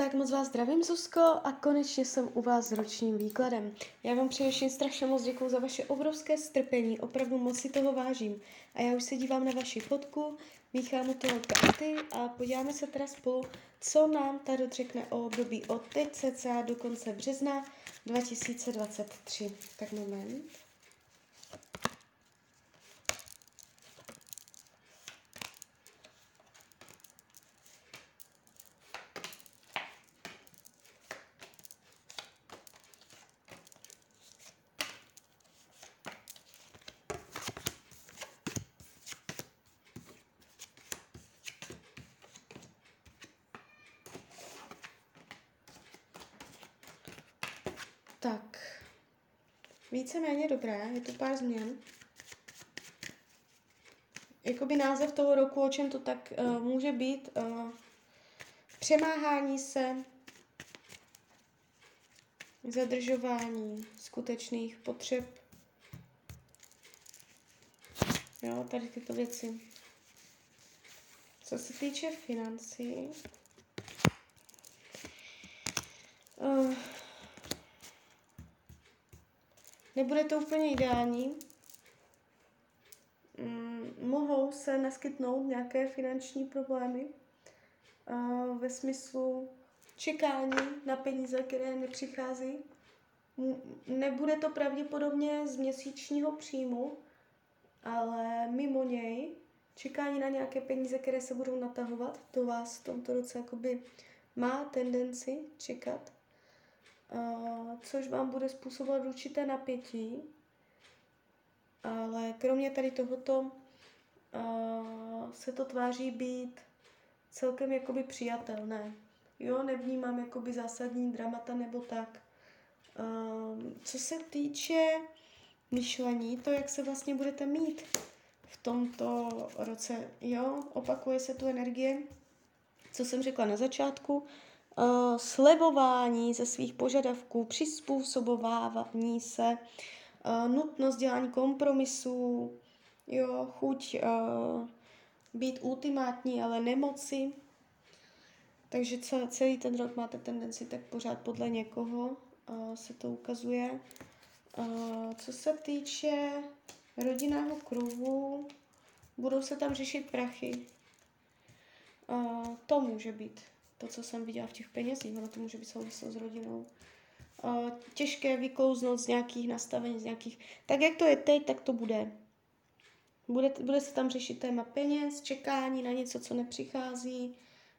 Tak moc vás zdravím, Zuzko, a konečně jsem u vás s ročním výkladem. Já vám především strašně moc děkuju za vaše obrovské strpení, opravdu moc si toho vážím. A já už se dívám na vaši fotku, míchám u toho karty a podíváme se teda spolu, co nám tarot řekne o období od teď cca do konce března 2023. Tak moment. Tak, víceméně dobré, je to pár změn. Jakoby název toho roku, o čem to tak může být, přemáhání se, zadržování skutečných potřeb, jo, tady tyto věci. Co se týče financí, nebude to úplně ideální. Mohou se naskytnout nějaké finanční problémy ve smyslu čekání na peníze, které nepřichází. Nebude to pravděpodobně z měsíčního příjmu, ale mimo něj čekání na nějaké peníze, které se budou natahovat, to vás v tomto roce jakoby má tendenci čekat, což vám bude způsobovat určité napětí, ale kromě tady tohoto se to tváří být celkem jakoby přijatelné. Jo, nevnímám jakoby zásadní dramata nebo tak. Co se týče myšlení, to, jak se vlastně budete mít v tomto roce, jo, opakuje se tu energie, co jsem řekla na začátku, slevování ze svých požadavků, přizpůsobování se, nutnost dělání kompromisů, jo, chuť být ultimátní, ale nemoci. Takže celý ten rok máte tendenci tak pořád podle někoho se to ukazuje. Co se týče rodinného kruhu, budou se tam řešit prachy. To může být to, co jsem viděla v těch penězích, ono to může být souvislost s rodinou. Těžké vyklouznout z nějakých nastavení, z nějakých... Tak jak to je teď, tak to bude. Bude se tam řešit téma peněz, čekání na něco, co nepřichází,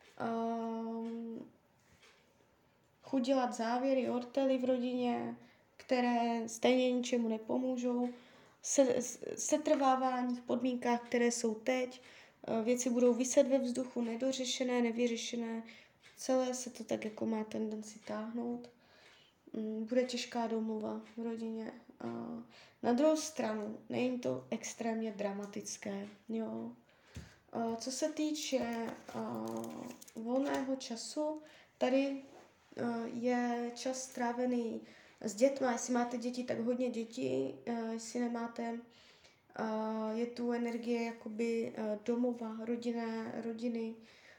chuť dělat závěry, ortely v rodině, které stejně ničemu nepomůžou, setrvávání v podmínkách, které jsou teď, věci budou viset ve vzduchu, nedořešené, nevyřešené, celé se to tak jako má tendenci táhnout. Bude těžká domluva v rodině. Na druhou stranu, není to extrémně dramatické, jo. Co se týče volného času, tady je čas strávený s dětma. Jestli máte děti, tak hodně dětí. Jestli nemáte, je tu energie jakoby domova, rodiny,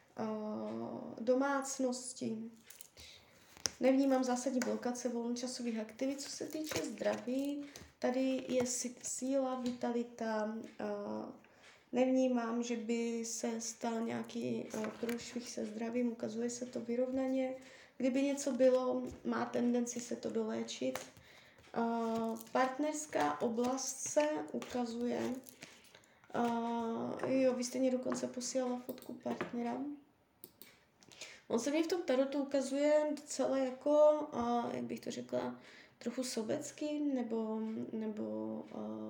domácnosti. Nevnímám zásadní blokace volnočasových aktivit. Co se týče zdraví, tady je síla, vitalita. Nevnímám, že by se stal nějaký průšvih se zdravím, ukazuje se to vyrovnaně. Kdyby něco bylo, má tendenci se to doléčit. Partnerská oblast se ukazuje. Jo, vy jste mě dokonce posílala fotku partnera. On se mi v tom tarotu ukazuje docela jako, jak bych to řekla, trochu sobecký, nebo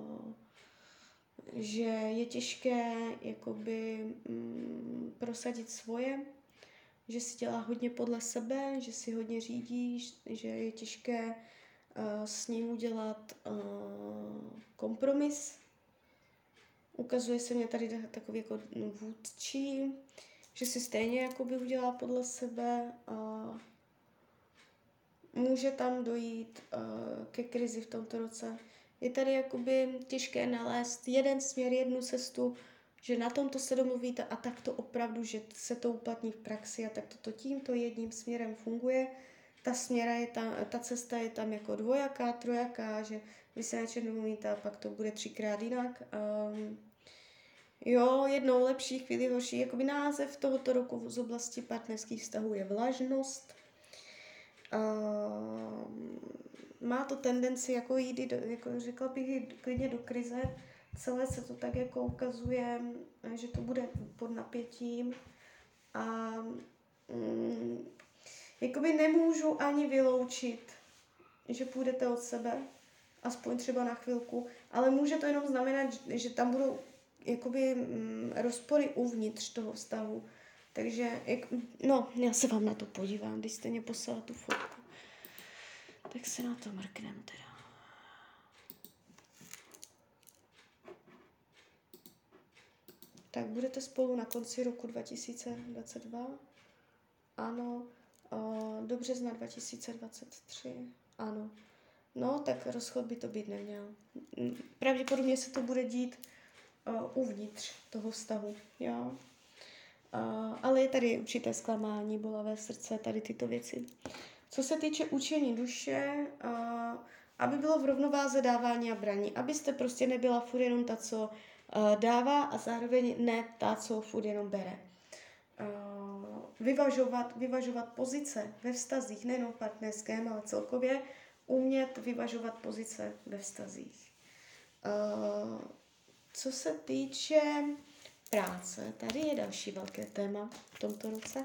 že je těžké jakoby prosadit svoje, že si dělá hodně podle sebe, že si hodně řídí, že je těžké s ním udělat kompromis. Ukazuje se mě tady takový jako vůdčí, že si stejně jakoby udělá podle sebe a může tam dojít ke krizi v tomto roce. Je tady jakoby těžké nalézt jeden směr, jednu cestu, že na tomto se domluvíte a tak to opravdu, že se to uplatní v praxi a tak to tímto jedním směrem funguje. Ta cesta je tam jako dvojaká, trojaká, že vy se něčem domluvíte a pak to bude 3krát jinak. Jo, jednou lepší, chvíli horší. Jakoby název tohoto roku z oblasti partnerských vztahů je vlažnost. Má to tendenci jako jít, jako řekla bych, jít klidně do krize. Celé se to tak jako ukazuje, že to bude pod napětím. A jakoby nemůžu ani vyloučit, že půjdete od sebe, aspoň třeba na chvilku, ale může to jenom znamenat, že tam budou jakoby rozpory uvnitř toho vztahu. Takže, já se vám na to podívám, když jste mě poslala tu fotku. Tak se na to mrknem teda. Tak budete spolu na konci roku 2022? Ano. Do března 2023? Ano. No, tak rozchod by to být neměl. Pravděpodobně se to bude dít uvnitř toho vztahu, jo. Ale je tady určité zklamání, bolavé srdce, tady tyto věci. Co se týče učení duše, aby bylo v rovnováze dávání a braní, abyste prostě nebyla furt jenom ta, co dává a zároveň ne ta, co furt jenom bere. Vyvažovat pozice ve vztazích, nejenom partnerském, ale celkově umět vyvažovat pozice ve vztazích. Co se týče práce, tady je další velké téma v tomto roce.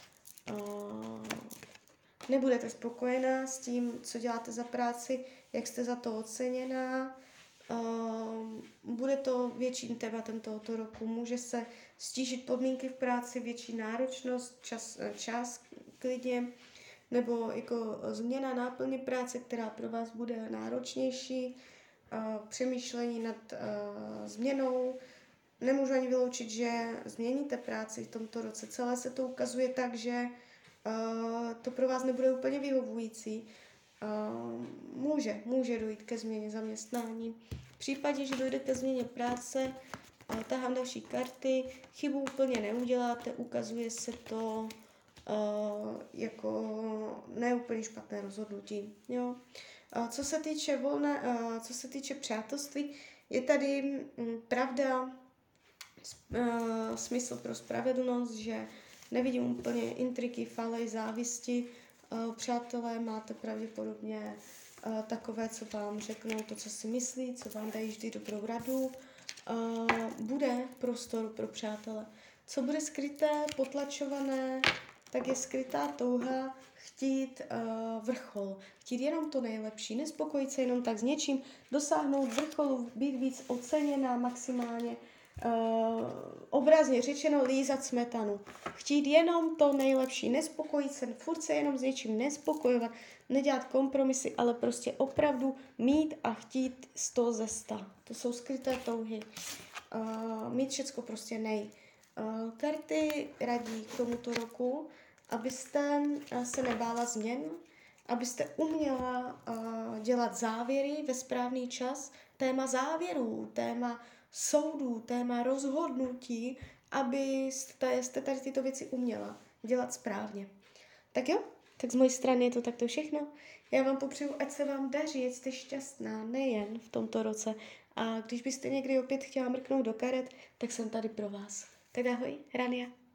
Nebudete spokojená s tím, co děláte za práci, jak jste za to oceněná. Bude to větším tématem tohoto roku. Může se stížit podmínky v práci, větší náročnost, čas klidně, nebo jako změna náplně práce, která pro vás bude náročnější, přemýšlení nad změnou. Nemůžu ani vyloučit, že změníte práci v tomto roce. Celé se to ukazuje tak, že to pro vás nebude úplně vyhovující. Může dojít ke změně zaměstnání. V případě, že dojde ke změně práce, tahám další karty, chybu úplně neuděláte, ukazuje se to jako neúplně špatné rozhodnutí. Jo? Co se týče přátelství, je tady pravda, smysl pro spravedlnost, že nevidím úplně intriky, falej, závisti. Přátelé máte pravděpodobně takové, co vám řeknou to, co si myslí, co vám dají vždy dobrou radu. Bude prostor pro přátele. Co bude skryté, potlačované, tak je skrytá touha chtít vrchol. Chtít jenom to nejlepší, nespokojit se jenom tak s něčím, dosáhnout vrcholu, být víc oceněná maximálně, obrazně řečeno lízat smetanu. Chtít jenom to nejlepší, nespokojit se, furt se jenom s něčím nespokojovat, nedělat kompromisy, ale prostě opravdu mít a chtít 100 ze 100. To jsou skryté touhy. Mít všecko prostě karty radí k tomuto roku, abyste se nebála změn, abyste uměla dělat závěry ve správný čas, téma závěrů, téma soudů, téma rozhodnutí, abyste tady tyto věci uměla dělat správně. Tak jo, tak z mojej strany je to takto všechno. Já vám popřeju, ať se vám daří, ať jste šťastná, nejen v tomto roce. A když byste někdy opět chtěla mrknout do karet, tak jsem tady pro vás. Tak ahoj, Rania.